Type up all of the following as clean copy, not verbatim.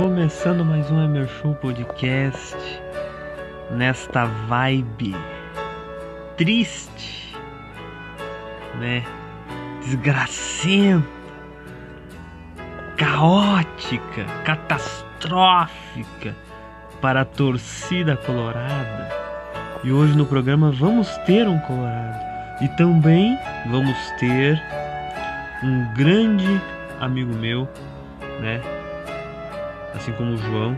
Começando mais um Emer Show Podcast, nesta vibe triste, né? Desgracenta, caótica, catastrófica para a torcida colorada. E hoje no programa vamos ter um colorado e também vamos ter um grande amigo meu, né? Assim como o João,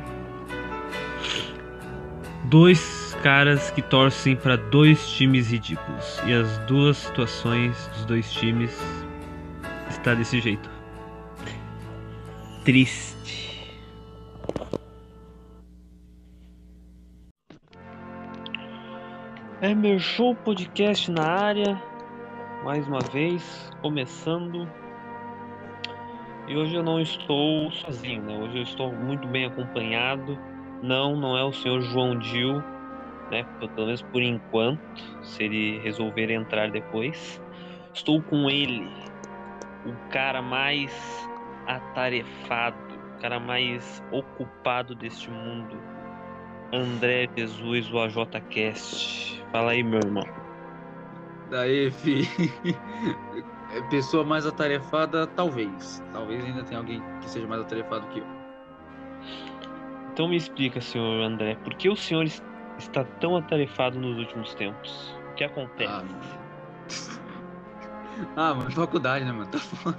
dois caras que torcem para dois times ridículos, e as duas situações dos dois times está desse jeito. Triste. Emer Show Podcast na área, mais uma vez, começando. E hoje eu não estou sozinho, né? Hoje eu estou muito bem acompanhado. Não é o senhor João Dil, né? Pelo menos por enquanto, se ele resolver entrar depois. Estou com ele, o cara mais atarefado, o cara mais ocupado deste mundo, André Jesus, o AJCast. Fala aí, meu irmão. Daí, fi. Pessoa mais atarefada, talvez. Talvez ainda tenha alguém que seja mais atarefado que eu. Então me explica, senhor André, por que o senhor está tão atarefado nos últimos tempos? O que acontece? Mano, faculdade, né, mano? Tá foda.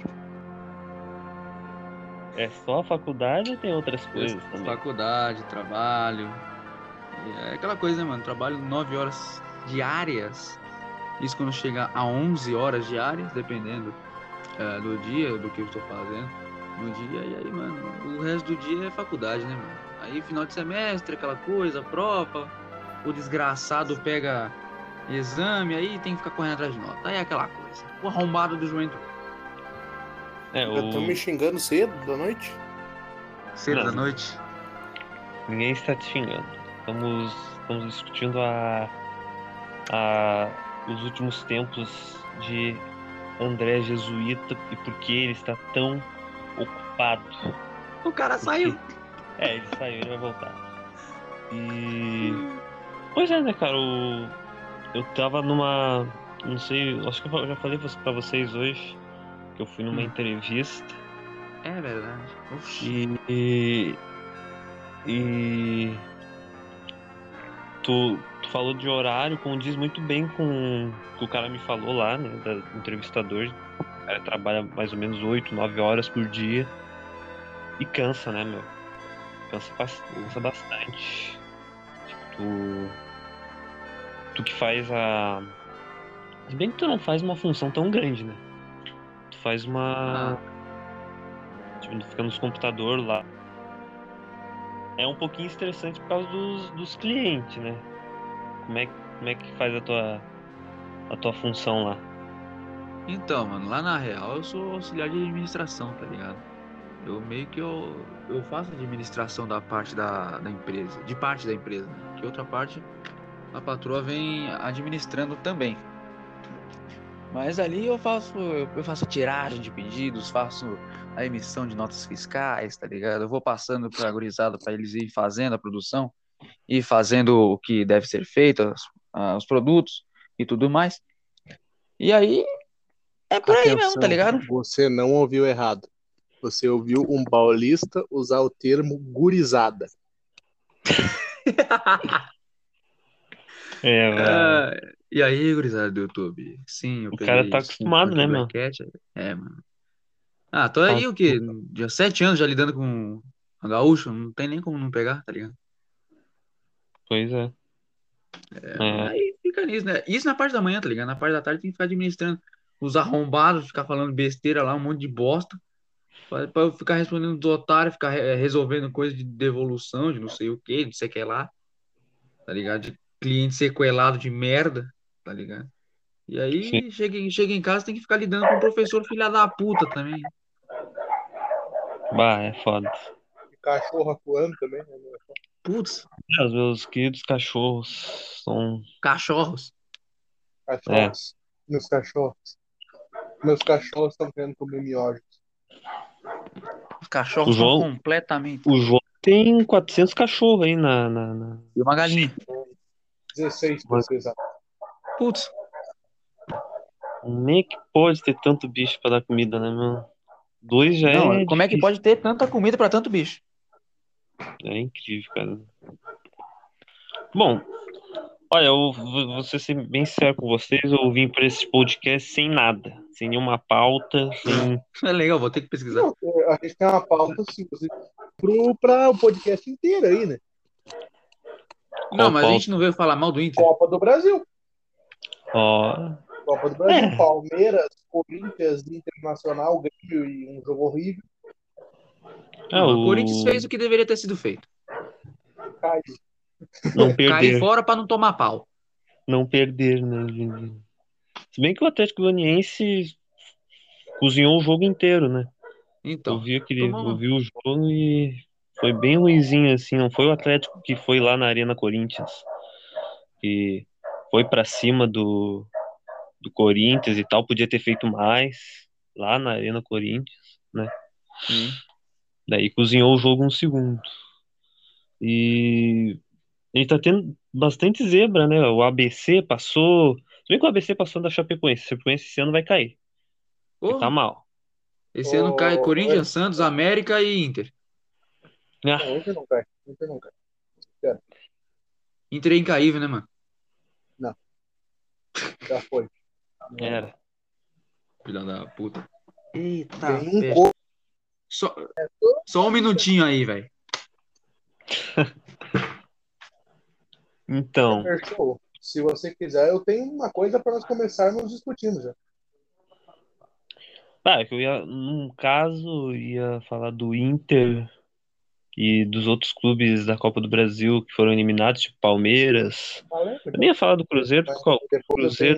É só a faculdade ou tem outras coisas também? Faculdade, trabalho. E é aquela coisa, né, mano? Trabalho 9 horas diárias. Isso quando chega a 11 horas diárias, dependendo do dia, do que eu estou fazendo no dia. E aí, mano, o resto do dia é faculdade, né, mano? Aí, final de semestre, aquela coisa, prova. O desgraçado pega exame, aí tem que ficar correndo atrás de nota. Aí é aquela coisa. O arrombado do João Já estão me xingando cedo da noite? cedo Não. da noite. Ninguém está te xingando. Estamos discutindo os últimos tempos de André Jesuíta e por que ele está tão ocupado. O cara saiu. Ele saiu, ele vai voltar. Pois é, né, cara? Eu tava numa... Não sei, acho que eu já falei pra vocês hoje que eu fui numa entrevista. É verdade. Oxi. E tu falou de horário, condiz muito bem com o que o cara me falou lá, né, do entrevistador. O cara trabalha mais ou menos 8, 9 horas por dia e cansa, né, meu? Cansa bastante. Tipo, tu que faz a... Se bem que tu não faz uma função tão grande, né? Tu faz uma... Tipo, tu fica nos computadores lá. É um pouquinho estressante por causa dos clientes, né? Como é que faz a tua função lá? Então, mano, lá na real eu sou auxiliar de administração, tá ligado? Eu meio que eu faço administração da parte da empresa, de parte da empresa, né? Que outra parte a patroa vem administrando também. Mas ali eu faço a tiragem de pedidos, faço a emissão de notas fiscais, tá ligado? Eu vou passando pra gurizada pra eles ir fazendo a produção e fazendo o que deve ser feito, os produtos e tudo mais. E aí é por aí mesmo, tá Atenção, ligado? você não ouviu errado. Você ouviu um paulista usar o termo gurizada. E aí, gurizada do YouTube? Sim, eu O cara tá peguei acostumado, né, Black meu? Cat. Mano. Tô aí o quê? Já 7 anos já lidando com a gaúcha, não tem nem como não pegar, tá ligado? Pois é. Aí fica nisso, né? Isso na parte da manhã, tá ligado? Na parte da tarde tem que ficar administrando os arrombados, ficar falando besteira lá, um monte de bosta. Pra eu ficar respondendo dos otários, ficar resolvendo coisa de devolução, de não sei o que, de sei que lá, tá ligado? De cliente sequelado de merda, tá ligado? E Sim. aí chega em casa tem que ficar lidando com o professor filha da puta também. Bah, é foda. E cachorro atuando também. Né? Putz, Os meus queridos cachorros são... cachorros. Cachorros. Meus cachorros. Meus cachorros estão querendo comer miojos. Os O cachorros estão João, completamente. o João tem 400 cachorros aí na... E uma galinha. 16, pra ser exato. Putz. Como é que pode ter tanto bicho pra dar comida, né, meu? Dois já Não, é como é que difícil. pode ter tanta comida pra tanto bicho? É incrível, cara. Bom, olha, eu vou ser bem sincero com vocês, eu vim para esse podcast sem nada, sem nenhuma pauta, sem É legal, vou ter que pesquisar. Não, a gente tem uma pauta, assim, para o podcast inteiro aí, né? Não, qual mas a pauta. gente não veio falar mal do Inter. Copa do Brasil. Ó, Copa do Brasil, Palmeiras, Corinthians, Internacional, Grêmio e um jogo horrível. Não, o Corinthians o fez o que deveria ter sido feito. Cai. não Cair perder, fora pra não tomar pau. não perder, né, gente? Se bem que o Atlético Goianiense cozinhou o jogo inteiro, né? Então, Eu tomamos. vi o jogo e foi bem ruinzinho assim, não foi o Atlético que foi lá na Arena Corinthians, que foi pra cima do Corinthians e tal, podia ter feito mais lá na Arena Corinthians, né? Sim. Daí cozinhou o jogo um segundo. E a gente tá tendo bastante zebra, né? O ABC passou. Se bem que o ABC passou da Chapecoense. A Chapecoense esse ano vai cair. Porque tá Porra, mal. esse ano cai O, Corinthians, Santos, América e Inter. Ah, não, Inter não cai. Inter não cai. Espera. Inter é incaível, né, mano? Não, já foi. Não. era. Filha da puta. Eita, Tem um peste. Só, só um minutinho aí, velho. Então, show. Se você quiser, eu tenho uma coisa para nós começarmos discutindo já. que eu ia, num caso, ia falar do Inter e dos outros clubes da Copa do Brasil que foram eliminados, tipo Palmeiras. Valeu, Eu nem ia falar do Cruzeiro, mas porque ó, depois eu tenho.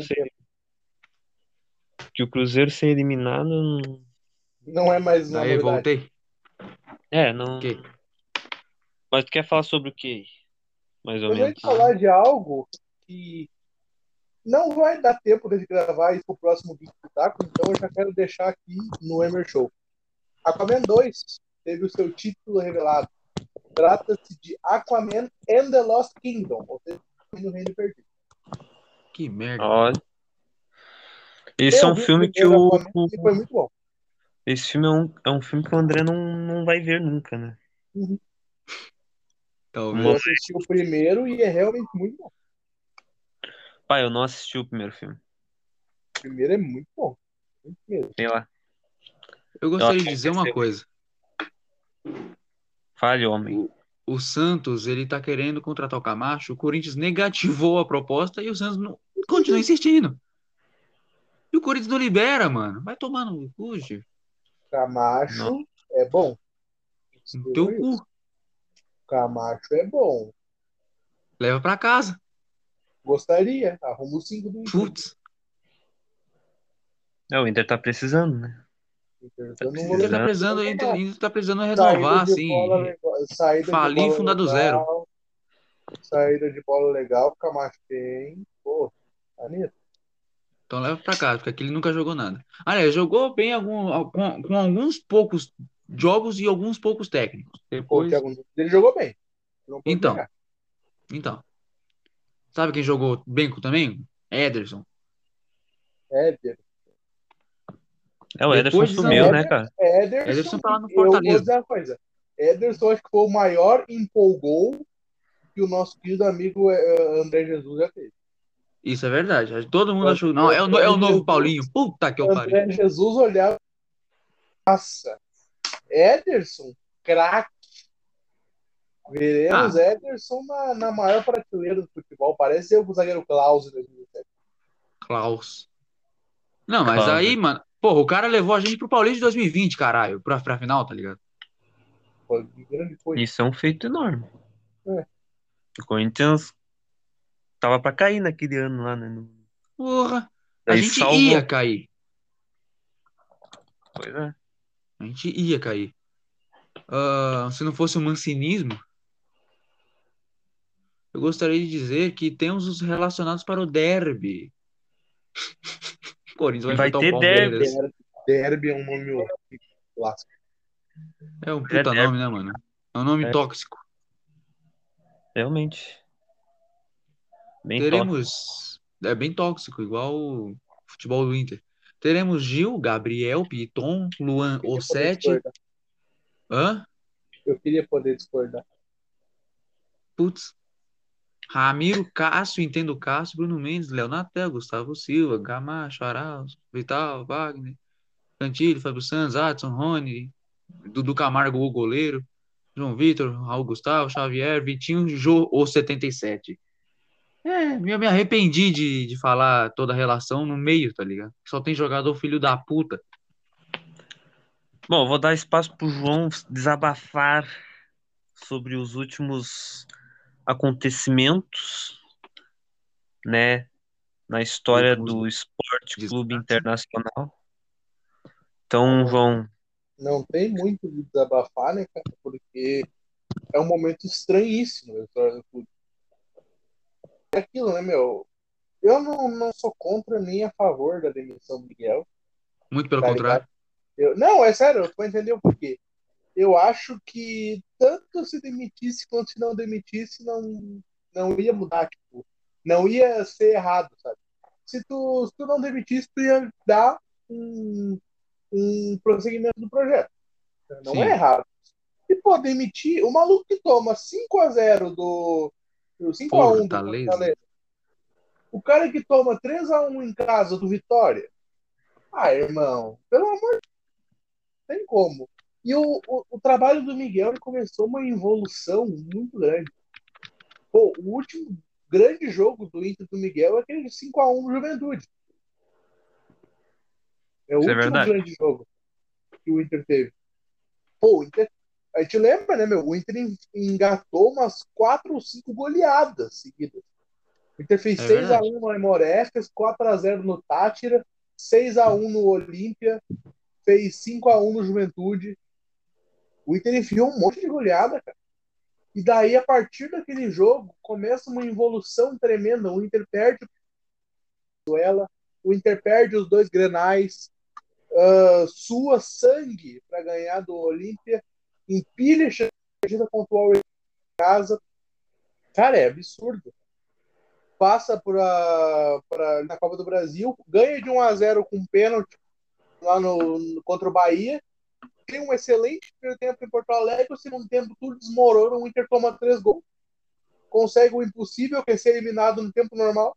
o Cruzeiro ser eliminado. Não é mais uma Daí, novidade. voltei. Não. Ok. Mas tu quer falar sobre o quê? Mais ou Eu vou menos. te falar de algo que não vai dar tempo de gravar isso pro próximo vídeo do Taco, então eu já quero deixar aqui no Emer Show. Aquaman 2 teve o seu título revelado. Trata-se de Aquaman and the Lost Kingdom, ou seja, no Reino Perdido. Que merda. Olha. Esse é Eu um vi o filme que primeiro Aquaman e foi muito bom. Esse filme é um filme que o André não vai ver nunca, né? Uhum. Talvez. Eu assisti o primeiro e é realmente muito bom. Pai, eu não assisti o primeiro filme. O primeiro é muito bom. Muito mesmo. Sei lá. Eu gostaria de dizer uma coisa. Fale, homem. O Santos, ele tá querendo contratar o Camacho, o Corinthians negativou a proposta e o Santos não, continua insistindo. E o Corinthians não libera, mano. Vai tomar no cu, Gil. Camacho Não. é bom. No teu cu. Camacho é bom. Leva pra casa. Gostaria. Arruma o 5 do Inter. Putz. O Inter tá precisando, né? Eu não O vou Inter tá levar precisando, pra tomar. Inter tá precisando Saída renovar, de bola assim. legal. Saída de Falir e bola fundar do zero. legal. Saída de bola legal. Camacho tem. Pô, Anitta. Então leva pra casa, porque aqui ele nunca jogou nada. Aliás, jogou bem com alguns poucos jogos e alguns poucos técnicos. Depois. Ele jogou bem. Não pode Então, negar. então. Sabe quem jogou bem também? Ederson. Éder. O Ederson Depois sumiu, né, Éder, cara? Ederson tá lá no eu vou Fortaleza. dizer uma coisa. Ederson acho que foi o maior empolgou que o nosso querido amigo André Jesus já fez. Isso é verdade. Todo mundo achou. Não, é o novo Paulinho. Puta que eu pariu. André Jesus olhava. Nossa. Ederson, craque. Veremos Ederson na maior prateleira do futebol. Parece eu com o zagueiro Klaus em 2007. Klaus. Não, mas aí, mano. Porra, o cara levou a gente pro Paulista de 2020, caralho. Pra final, tá ligado? Foi grande coisa. Isso é um feito enorme. É. O Corinthians tava pra cair naquele ano lá, né? Porra. A Daí gente salvou. ia cair. Pois é. A gente ia cair. Se não fosse o mancinismo, eu gostaria de dizer que temos os relacionados para o derby. O Corinthians vai enfrentar o ter Palmeiras. Derby é um nome clássico. É um puta nome, né, mano? É um nome É. tóxico. Realmente. Bem top. Teremos. É bem tóxico, igual o futebol do Inter. Teremos Gil, Gabriel, Piton, Luan, Eu queria poder Osset. discordar. Hã? Eu queria poder discordar. Putz. Ramiro, Cássio, Entendo Cássio, Bruno Mendes, Leonatel, Gustavo Silva, Gamacho, Arauz, Vital, Wagner, Cantilho, Fábio Santos, Adson, Rony, Dudu Camargo, o goleiro, João Vitor, Raul Gustavo, Xavier, Vitinho, Jô, o 77. Me arrependi de falar toda a relação no meio, tá ligado? Só tem jogador filho da puta. Bom, eu vou dar espaço pro João desabafar sobre os últimos acontecimentos, né, na história Últimos do Esporte Clube desgraça. Internacional. Ah, Então, não, João, não tem muito de desabafar, né, cara? Porque é um momento estranhíssimo na história do clube. É aquilo, né, meu? Eu não sou contra nem a favor da demissão do Miguel, Muito pelo tá ligado? contrário. Não, é sério, eu vou entender o porquê. Eu acho que tanto se demitisse quanto se não demitisse, não ia mudar, tipo, não ia ser errado, sabe? Se tu não demitisse, tu ia dar um prosseguimento do projeto. Não é Sim, errado. E, pô, demitir o maluco que toma 5-0 do 5-1 do Fortaleza. Fortaleza, o cara que toma 3-1 em casa do Vitória. Ah, irmão, pelo amor de Deus, não tem como. E o trabalho do Miguel ele começou uma evolução muito grande. Pô, o último grande jogo do Inter do Miguel é aquele 5-1 no Juventude. É o isso é último verdade. grande jogo que o Inter teve. Pô, o Inter, a gente lembra, né, meu? O Inter engatou umas 4 ou 5 goleadas seguidas. O Inter fez É seis a verdade. um no Aimoré, 4-0 no Tátira, 6-1 no Olímpia, fez 5-1 no Juventude. O Inter enfiou um monte de goleada, cara. E daí, a partir daquele jogo, começa uma evolução tremenda. O Inter perde o Inter perde os 2 Grenais, sua sangue para ganhar do Olímpia, empilha a partida contra o Olímpia em casa. Cara, é absurdo. Passa na Copa do Brasil, ganha de 1-0 com pênalti lá contra o Bahia, tem um excelente primeiro tempo em Porto Alegre, o segundo tempo tudo desmorona, o Inter toma 3 gols, consegue o impossível, que é ser eliminado no tempo normal.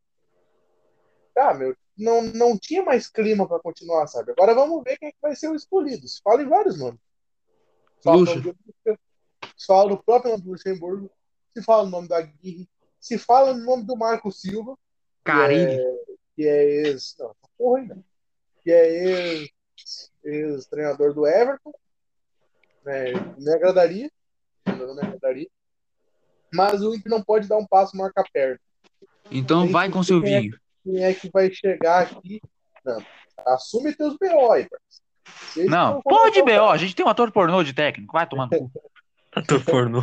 Meu, não tinha mais clima para continuar, sabe? Agora vamos ver quem é que vai ser o escolhido. Se fala em vários nomes. Se fala, Luxa. se fala no próprio nome do Luxemburgo, se fala no nome da Aguirre, se fala no nome do Marco Silva, que é, Carilli. que é ex. Não, porra ainda. Que é ex-treinador do Everton. Né? Me agradaria. Não me agradaria. Mas o Inter não pode dar um passo marca perna. Então Tem vai que com ver Silvinho. quem é que vai chegar aqui. Não, assume teus BO aí, parceiro. Vocês que Não, vão pode, contratar o BO. cara. A gente tem um ator pornô de técnico. Vai tomar no cu. Ator pornô.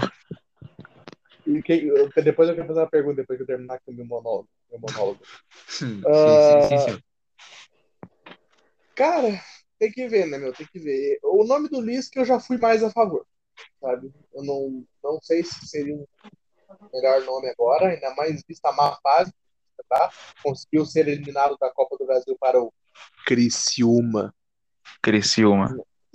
Depois eu quero fazer uma pergunta, depois que eu terminar aqui o meu monólogo. Sim, sim, sim, Uh, senhor. cara, tem que ver, né, meu? Tem que ver. O nome do Lisca eu já fui mais a favor, sabe? Eu não sei se seria um melhor nome agora, ainda mais vista a má fase, tá? Conseguiu ser eliminado da Copa do Brasil para o Criciúma. Criciúma.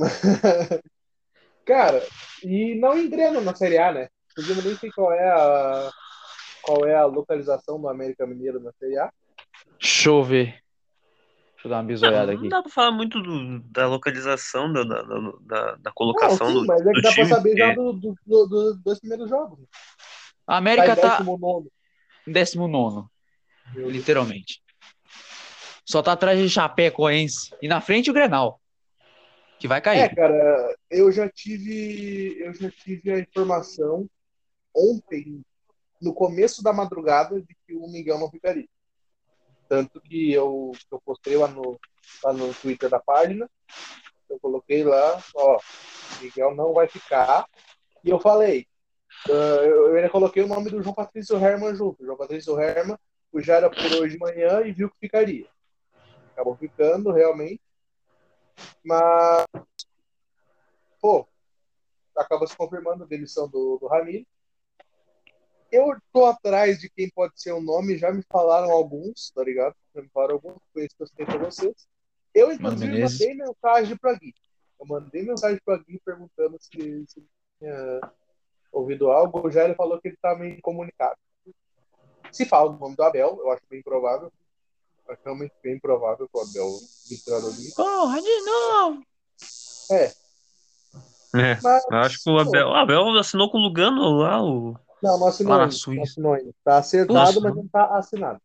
Cara, e não engrena na Série A, né? Inclusive, eu nem sei qual é a localização do América Mineiro na Série A. Deixa eu ver. Deixa eu dar uma bisoiada Não aqui. dá pra falar muito da localização, da Não, colocação sim, mas é que do dá pra time, saber já porque dos 2 primeiros jogos. A Tá em América tá 19º. em 19º, Meu Deus. literalmente. Só tá atrás de Chapecoense. E na frente o Grenal, que vai cair. Cara, eu já tive a informação ontem, no começo da madrugada, de que o Miguel não ficaria. Tanto que eu postei lá no Twitter da página, eu coloquei lá, ó, Miguel não vai ficar. E eu falei, eu ainda coloquei o nome do João Patrício Herman junto. O João Patrício Herman, o já era por hoje de manhã e viu que ficaria. Acabou ficando, realmente. Mas, pô, acaba se confirmando a demissão do Ramiro. Eu tô atrás de quem pode ser o nome, já me falaram alguns, tá ligado? Já me falaram alguns, foi isso que eu citei pra vocês. Eu, Mano inclusive, Menezes. mandei mensagem pra Gui. Eu mandei mensagem pra Gui perguntando se tinha ouvido algo. Já ele falou que ele tá meio incomunicado. Se fala o nome do Abel, eu acho bem provável. Acho realmente bem provável que o Abel vitória ali. Porra, de novo! É, É. Eu acho que mas. O Abel assinou com o Lugano lá, o. Não Lá assinou na ainda. Não Suíça. assinou ainda. Tá acertado, Putz, mas não tá assinado.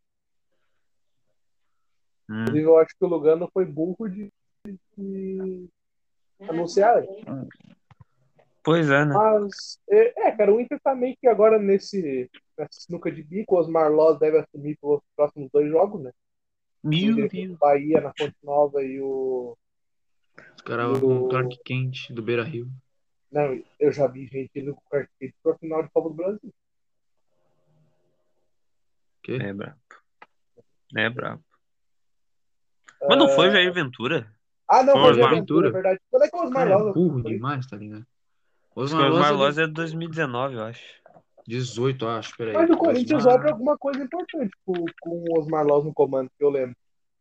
Hum. Inclusive, eu acho que o Lugano foi burro de anunciar antes. Pois é, né? Mas, cara, o Inter tá meio que agora nessa sinuca de bico. O Osmar Loz deve assumir pelos próximos 2 jogos, né? O Meu Inter com o Deus. Bahia na Fonte Nova e o. os caras E com o o Clark Kent do Beira Rio. não, eu já vi gente indo com o cartão para final de Copa do Brasil. Quê? É brabo. É brabo. Mas não foi o Jair Ventura? Não, Foi o foi o Jair Osmar. Ventura, é Ventura? verdade. Quando é que o O Osmar cara é Loz burro foi? demais, tá ligado? O Acho que o Osmar Loz, Osmar ele. Loz é de 2019, eu acho. 18, acho, Mas peraí. o Corinthians abre Osmar. alguma coisa importante com o Osmar Loz no comando, que eu lembro.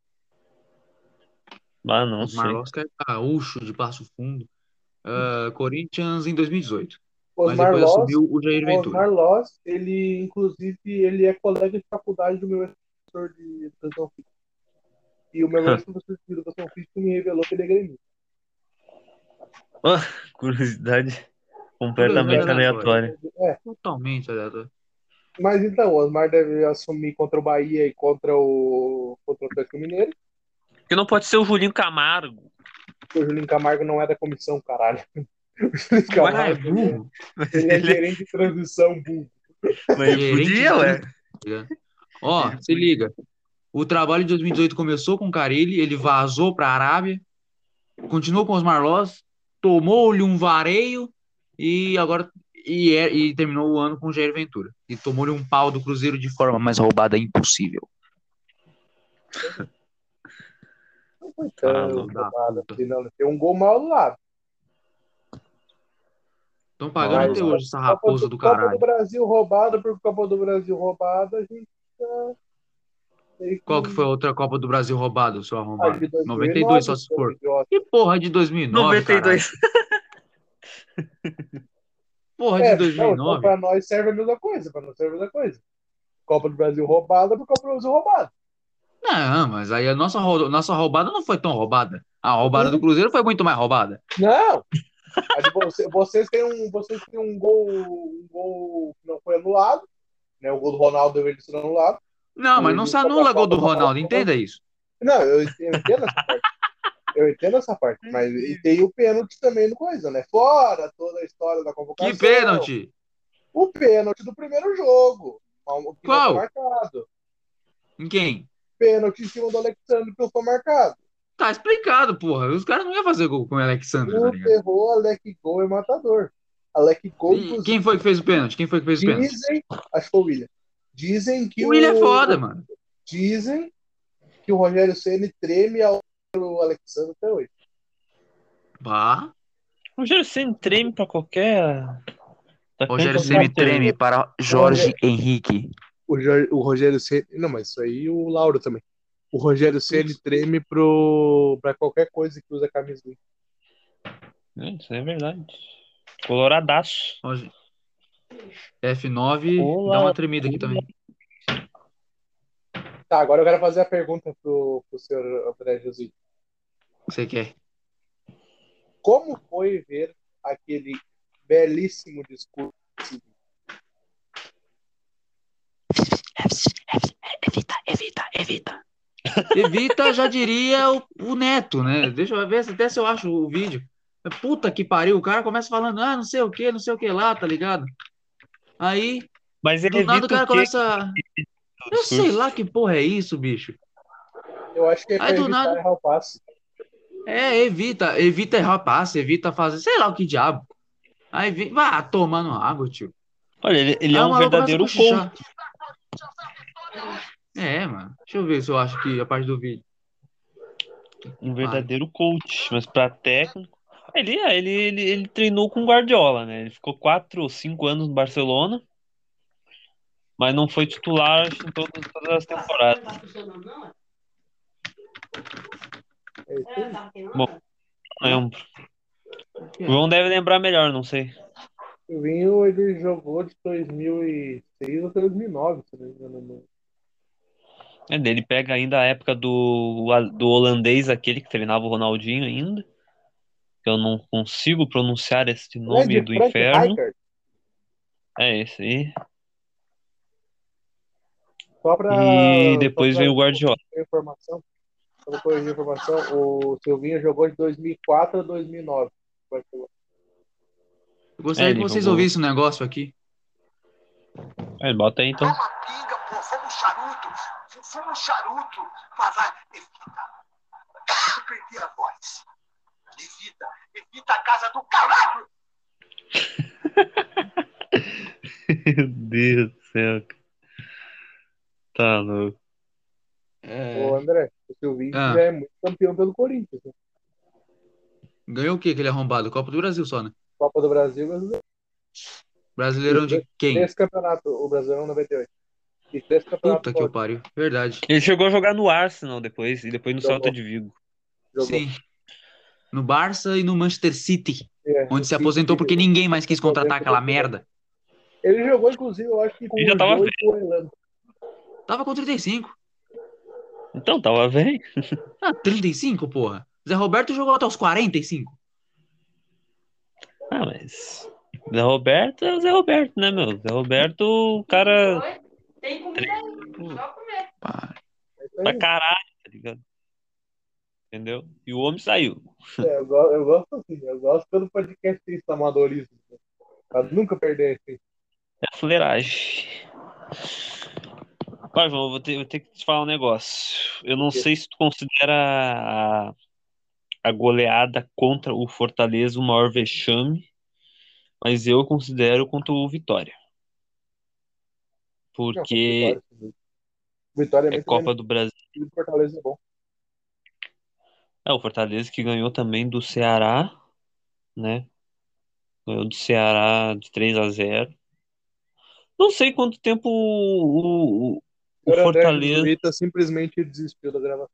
Ah, não Osmar sei. Loz que é gaúcho de Passo Fundo. Corinthians em 2018. Mas Osmar depois Loz, assumiu o Jair o Ventura. Osmar Loz, ele, inclusive, ele é colega de faculdade do meu professor de educação física. E o meu ex-professor de educação física me revelou que ele é gremista. Ah, curiosidade Curiosidade completamente aleatória. aleatória. É, Totalmente aleatório. mas então, o Osmar deve assumir contra o Bahia e contra o Atlético Mineiro. Porque não pode ser o Julinho Camargo. Porque o Julinho Camargo não é da comissão, caralho. O Julinho Ué, Ah, é Camargo, burro. mas ele é ele, gerente de transição burro. mas ele Gerente de podia, ué. transição. Ó, Ele se podia. liga. O trabalho de 2018 começou com o Carille, ele vazou pra Arábia, continuou com os Marlós, tomou-lhe um vareio e agora e terminou o ano com o Jair Ventura. E tomou-lhe um pau do Cruzeiro de forma mais roubada impossível. Não foi Tá tão louco. Da roubado puta. assim, não. Tem um gol mal do lado. Estão pagando Mas até Nossa. hoje essa raposa do Copa do caralho. Brasil roubada, por Copa do Brasil roubada, a gente tá meio Qual que foi a que. outra Copa do Brasil roubada, seu A de arrombado? 92 só 2009, se seu for. idiota. Que porra de 2009, caralho? 92. Porra de Não, então 2009? pra nós serve a mesma coisa, pra nós serve a mesma coisa. Copa do Brasil roubada por Copa do Brasil roubada. Não, mas aí a nossa roubada não foi tão roubada. A roubada do Cruzeiro foi muito mais roubada. Não! A de vocês têm um gol que não foi anulado, né? O gol do Ronaldo deveria ser anulado. Não, O mas não Edil se sobre a anula gol falta do da bola Ronaldo, fora. entenda isso. Não, eu entendo essa parte. Eu entendo essa parte, mas e tem o pênalti também no coisa, né? Fora toda a história da Que convocação. pênalti? O pênalti do primeiro jogo, que não foi Qual? marcado. Em quem? Pênalti em cima do Alexandre que não foi marcado. Tá explicado, porra. Os caras não iam fazer gol com o Alexandre, tá O ligado? terror, Alec Gol é matador. Alec Gol, E inclusive, quem foi que fez o pênalti? Quem foi que fez o pênalti? dizem, acho que foi o William, dizem que O Willian é foda, o, mano. dizem que o Rogério Ceni treme ao Alexandre até hoje. Bah. O Rogério Ceni treme pra qualquer atacante Rogério do Ceni Inter. treme para O Rogério, Jorge Henrique. o Rogério Ceni, não, mas isso aí o Lauro também. O Rogério Ceni treme pra qualquer coisa que usa a camisa dele. Isso é verdade. Coloradaço. F9, dá Cola. uma tremida aqui também. Tá, agora eu quero fazer a pergunta pro senhor André Jesus. Você quer? Como foi ver aquele belíssimo discurso? Evita. Evita, já diria o Neto, né? Deixa eu ver até se eu acho o vídeo. Puta que pariu, o cara começa falando, não sei o que, não sei o que lá, tá ligado? Aí, Mas ele do nada o evita o cara quê? começa. O Eu sei discurso? lá que porra é isso, bicho. Eu acho que é Aí para do evitar nada. errar o passe. Evita errar passe, evita fazer, sei lá o que diabo. Aí vá tomando água, tio. Olha, ele é Aí o um maluco começa a verdadeiro coach. cochichar. Mano. Deixa eu ver se eu acho que a parte do vídeo. Um verdadeiro coach. Mas pra técnico. Ele treinou com o Guardiola, né? Ele ficou 4 ou 5 anos no Barcelona, mas não foi titular acho, em todas as temporadas. É isso aí. Bom, não Hã? lembro. O É. João deve lembrar melhor, não sei. O Vinho, ele jogou de 2006 até 2009, se não me engano. Ele pega ainda a época do holandês, aquele que treinava o Ronaldinho ainda, que eu não consigo pronunciar esse nome Grande do Frank inferno. Rijkaard, É esse aí. só E só depois veio pra o Guardiola. corrigir a informação, só pra corrigir a informação, o Silvinho jogou de 2004 a 2009. Eu É, gostaria que ele vocês jogou. ouvissem um negócio aqui. É, bota aí então. Toma pinga, pô, fuma um charuto, fuma um charuto, mas vai, evita perder a voz. Evita a casa do caralho. Meu Deus do céu, cara. Tá louco. Ô, É. André, o Silvinho já Ah, é muito campeão pelo Corinthians, né? ganhou o quê, aquele arrombado? Copa do Brasil só, né? Copa do Brasil, mas e Brasileirão de quem? três campeonatos, o Brasileirão 98. E três campeonatos Puta que eu paulistas. pariu. Verdade. Ele chegou a jogar no Arsenal depois, e depois no Celta Jogou, de Vigo. jogou. Sim. No Barça e no Manchester City. É, Onde o se City aposentou porque ninguém mais se quis contratar aposenta aquela depois. merda. Ele jogou, inclusive, eu acho que Ele com já o tava Jô e velho. com o Elano. Tava com 35. Então, tava velho. Ah, 35, porra. Zé Roberto jogou até os 45. Ah, mas. Zé Roberto é o Zé Roberto, né, meu? Zé Roberto, o cara. Tem comida aí, só comer. Pá. É isso Pra aí. caralho, tá ligado? Entendeu? E o homem saiu. É, eu gosto assim, eu gosto quando podcast tem esse amadorismo, né? Pra nunca perder assim. É fuleiragem. Vai, João, eu vou ter que te falar um negócio. Eu não Porque, sei se tu considera a goleada contra o Fortaleza o maior vexame, mas eu considero contra o Vitória. não, contra o Porque Vitória. Sim. Vitória é é muito menos Copa do Brasil. que o Fortaleza é bom. É o Fortaleza que ganhou também do Ceará, né? Ganhou do Ceará de 3-0. Não sei quanto tempo o O senhor André Fortaleza. Jesuíta simplesmente desistiu da gravação.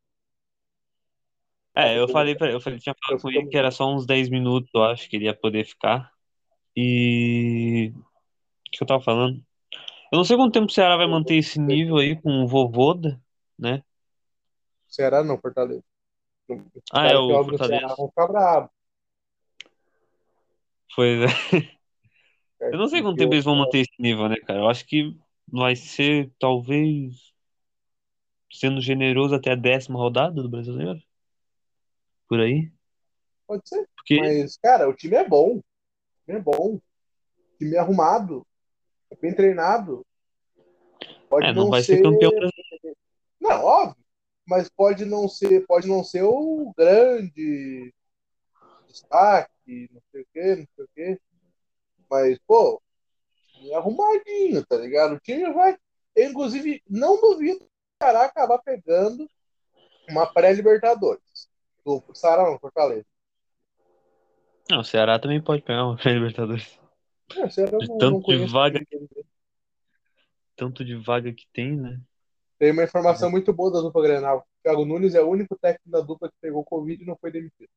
É, tinha falado Eu com ele ficamos que era só uns 10 minutos, eu acho que ele ia poder ficar. E. O que eu tava falando? Eu não sei quanto tempo o Ceará vai manter esse nível aí com o Vovoda, né? Ceará não, Fortaleza. Os Ah, é caras que o jogam no Ceará Fortaleza. vão ficar bravos. Pois é. Eu Certo? não sei quanto Porque tempo o eles vão manter esse nível, né, cara? Eu acho que vai ser, talvez, sendo generoso até a 10ª rodada do Brasileiro. Por aí. pode ser. Porque, Mas, cara, o time é bom. O time é bom. O time é arrumado. É bem treinado. Pode não não vai ser campeão ser. brasileiro. Não, óbvio. Mas pode não ser o grande destaque, não sei o quê, não sei o quê. Mas, pô, o time é arrumadinho, tá ligado? O time vai. Eu, inclusive, não duvido que o Ceará acabar pegando uma pré-Libertadores. Do Ceará não, Fortaleza. Não, o Ceará também pode pegar uma Libertadores. É, o Ceará eu De não tanto de conheço vaga, bem. tanto de vaga que tem, né? Tem uma informação muito boa da dupla Grenal. Thiago Nunes é o único técnico da dupla que pegou Covid e não foi demitido.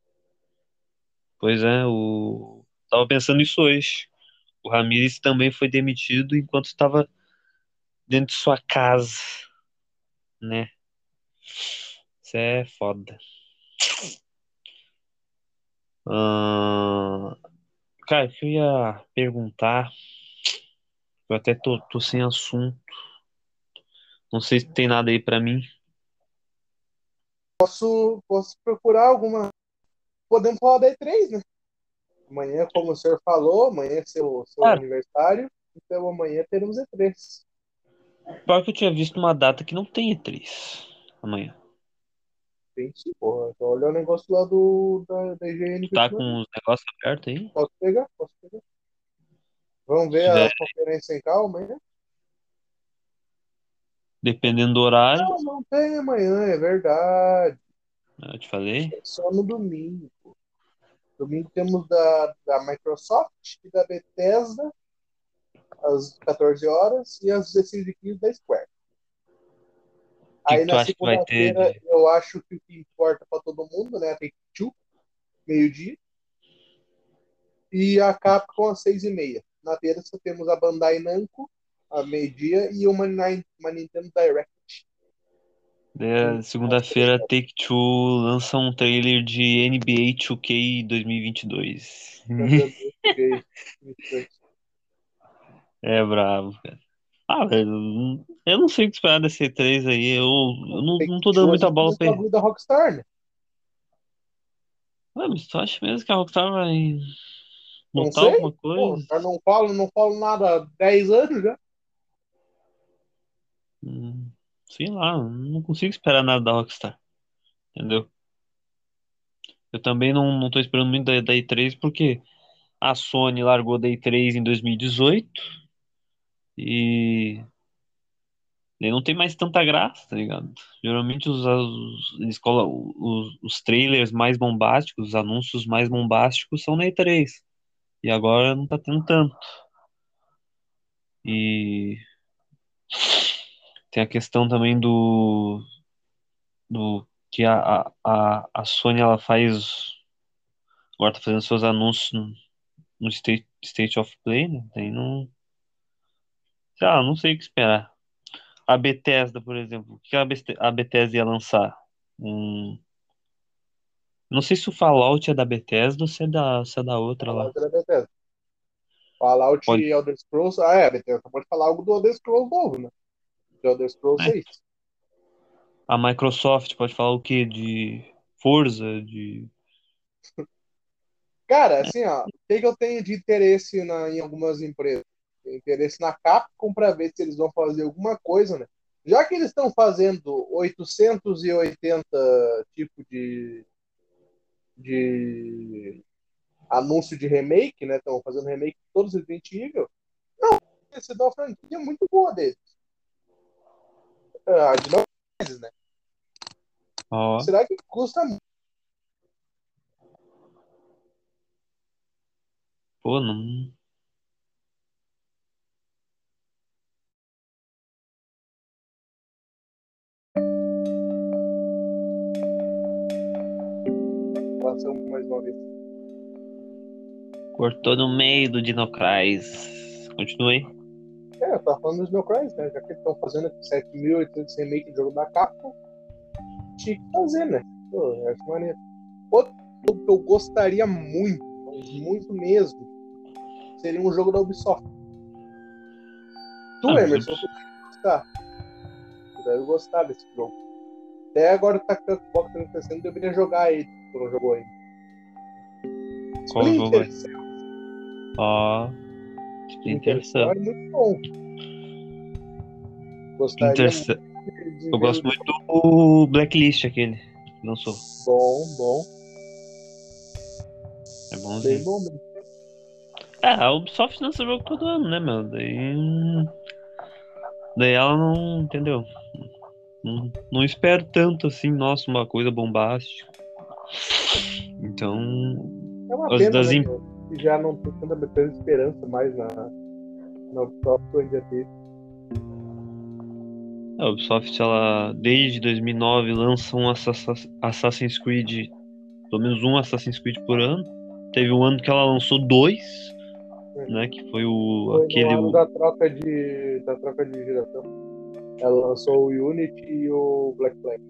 Pois é, tava pensando nisso hoje. O Ramires também foi demitido enquanto estava dentro de sua casa, né? Isso é foda. Ahn, Cara, o que eu ia perguntar, eu até tô sem assunto. Não sei se tem nada aí pra mim. Posso procurar alguma. Podemos falar da E3, né? Amanhã, como o senhor falou, amanhã é seu Cara, aniversário, então amanhã teremos E3. pior que eu tinha visto uma data que não tem E3 amanhã. Tem sim, porra. Só olha o negócio lá da IGN Tu que eu tá te com mandei. os negócios abertos aí? Posso pegar? Posso pegar. Vamos Se ver tiver, as conferências em calma amanhã? dependendo do horário, Não, não tem amanhã, é verdade. eu te falei. É só no domingo. Domingo temos da Microsoft e da Bethesda, às 14 horas, e às 16h15 da Square. que Aí tu na acha que vai ter segunda-feira, eu acho que o que importa para todo mundo, né? Tem Two, meio-dia, e a Capcom às 6h30. Na terça temos a Bandai Namco, à meio-dia, e uma Nintendo Direct. Segunda-feira, Take-Two lança um trailer de NBA 2K 2022. Meu Deus, fiquei. É bravo, cara. Ah, velho, eu não sei o que esperar desse E3 aí. Eu não tô dando Two, a muita gente bola fez pra o ele. bagulho da Rockstar, né? Ah, mas tu acha mesmo que a Rockstar vai Não botar sei. alguma Pô, coisa? eu não falo nada há 10 anos já. Sei lá, não consigo esperar nada da Rockstar, entendeu? Eu também não tô esperando muito da E3 porque a Sony largou da E3 em 2018 e daí não tem mais tanta graça, tá ligado? Geralmente eles colocam os trailers mais bombásticos, os anúncios mais bombásticos são na E3. E agora não tá tendo tanto. E tem a questão também do que a Sony ela faz. Agora tá fazendo seus anúncios no State of Play, né? Daí não. Sei lá, não sei o que esperar. A Bethesda, por exemplo, o que a Bethesda ia lançar? Um, não sei se o Fallout é da Bethesda ou se é da outra lá. Fallout da Bethesda. Fallout Pode, e Elder Scrolls. Ah, é, a Bethesda pode falar algo do Elder Scrolls novo, né? Do Elder Scrolls né? 6. A Microsoft pode falar o quê? De Forza, de. Cara, assim, ó, o que eu tenho de interesse em algumas empresas? Tenho interesse na Capcom para ver se eles vão fazer alguma coisa, né? Já que eles estão fazendo 880 tipos de anúncio de remake, né? Estão fazendo remake de todos os Resident Evil. Esse é uma franquia muito boa deles. Ah, de não vezes, né? Ó, Será que custa muito? pô, não. Mais uma vez. Cortou no meio do Dino Crisis. Continue. Eu tava falando dos No Cries, né? Já que eles estão fazendo 7.800 remake de jogo da Capcom, tinha que fazer, né? Pô, eu acho maneiro. Outro jogo que eu gostaria muito, mas muito mesmo, seria um jogo da Ubisoft. Tu, Ah, Emerson, tu deve gostar. Tu deve gostar desse jogo. Até agora tá com o Xbox 360, deveria jogar ele, se tu não jogou ainda. qual jogo é? Splinter Cell. Ó, Splinter Splinter Cell Cell. é muito bom. Gostaria Splinter muito Cell. de Eu ver gosto o muito do Blacklist, aquele que lançou. bom, É bem bonzinho. bom mesmo. É, a Ubisoft lança jogo todo ano, né, meu? Daí ela não, entendeu? Não espero tanto assim, nossa, uma coisa bombástica. Então, É uma as pena, das né? em- Que já não tem tanta esperança mais na Ubisoft que ainda teve. a Ubisoft, ela desde 2009 lança um Assassin's Creed, pelo menos um Assassin's Creed por ano. Teve um ano que ela lançou dois, né? Que foi Foi no ano da troca de geração. Ela lançou o Unity e o Black Flag.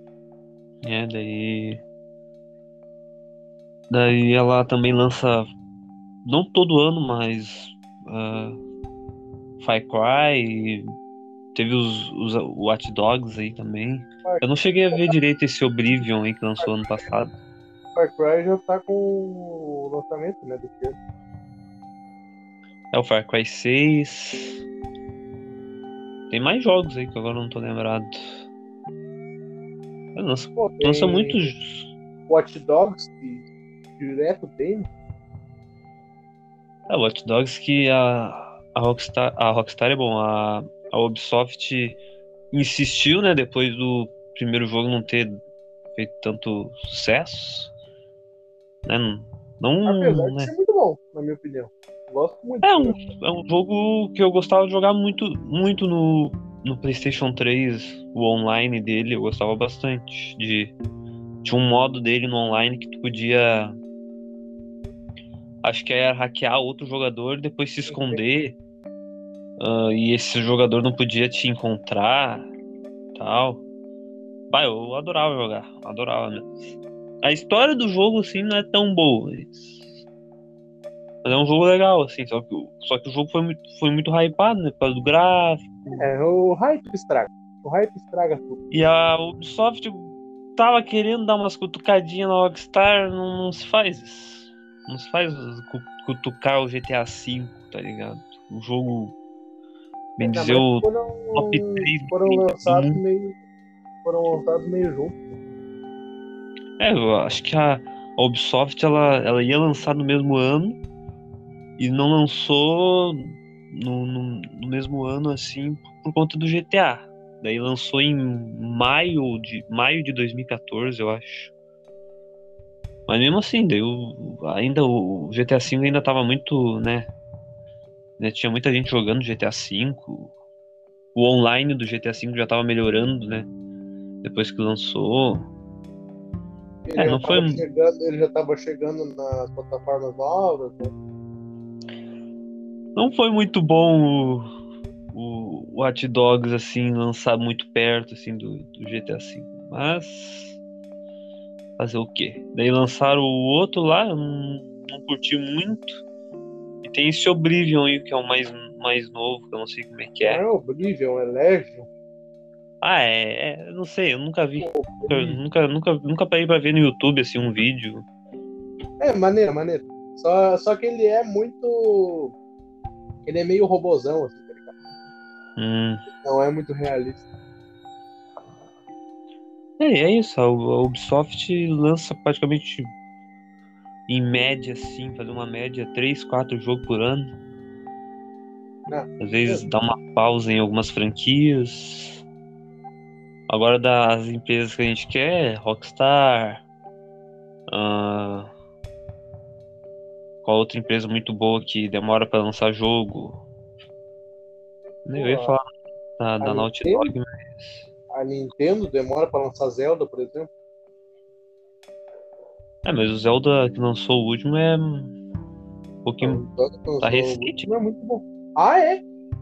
Daí ela também lança, não todo ano, mas ah, Far Cry, teve os Watch Dogs aí também. Eu não cheguei a ver direito esse Oblivion aí que lançou ano passado. Far Cry já tá com o lançamento, né, desse ano. É o Far Cry 6. Tem mais jogos aí que agora eu não tô lembrado. Lança, Pô, lança tem muitos. Watch Dogs, que direto tem. Watch Dogs que a Rockstar é bom. A Ubisoft insistiu, né, depois do primeiro jogo não ter feito tanto sucesso, né? Não, Apesar de né? ser muito bom, na minha opinião. Gosto muito. É um jogo que eu gostava de jogar muito no PlayStation 3, o online dele, eu gostava bastante. Tinha um modo dele no online que tu podia. Acho que era hackear outro jogador e depois se esconder. E esse jogador não podia te encontrar, tal. Bah, eu adorava jogar, adorava mesmo. A história do jogo, assim, não é tão boa, mas é um jogo legal, assim. Só que o jogo foi muito hypado, né? Por causa do gráfico. O hype estraga. O hype estraga tudo. E a Ubisoft tava querendo dar umas cutucadinhas na Rockstar, não se faz isso. Não se faz cutucar o GTA V, tá ligado? O jogo, bem Não, dizer, mas o top 3 foram do lançados mundo. meio juntos. Eu acho que a Ubisoft ela ia lançar no mesmo ano e não lançou no mesmo ano assim por conta do GTA. Daí lançou em maio de 2014, eu acho. Mas mesmo assim, daí ainda o GTA V ainda tava muito, né? Tinha muita gente jogando GTA V. O online do GTA V já tava melhorando, né? Depois que lançou. Não foi. Ele já estava chegando nas plataformas novas, né? Não foi muito bom o Hot Dogs, assim, lançar muito perto, assim, do GTA V. Mas, fazer o quê? Daí lançaram o outro lá, eu não curti muito. E tem esse Oblivion aí, que é o mais novo, que eu não sei como é que Não é. é Oblivion, é Legion. Eu não sei, eu nunca vi. Oblivion. Nunca parei pra ver no YouTube, assim, um vídeo. É, maneiro, maneiro. Só que ele é muito. Ele é meio robozão, assim, tá ligado? Hum. Não é muito realista. É isso, a Ubisoft lança praticamente em média, assim, fazer uma média 3, 4 jogos por ano. Não, Às vezes dá uma pausa em algumas franquias. Agora das empresas que a gente quer, Rockstar. ah, Qual outra empresa muito boa que demora pra lançar jogo? Eu ia pô, falar da a Naughty Nintendo, Dog, mas. a Nintendo demora pra lançar Zelda, por exemplo. Mas o Zelda que lançou o último é um Não, pouquinho. o Zelda que Tá lançou o recente. último é muito bom. Ah, é?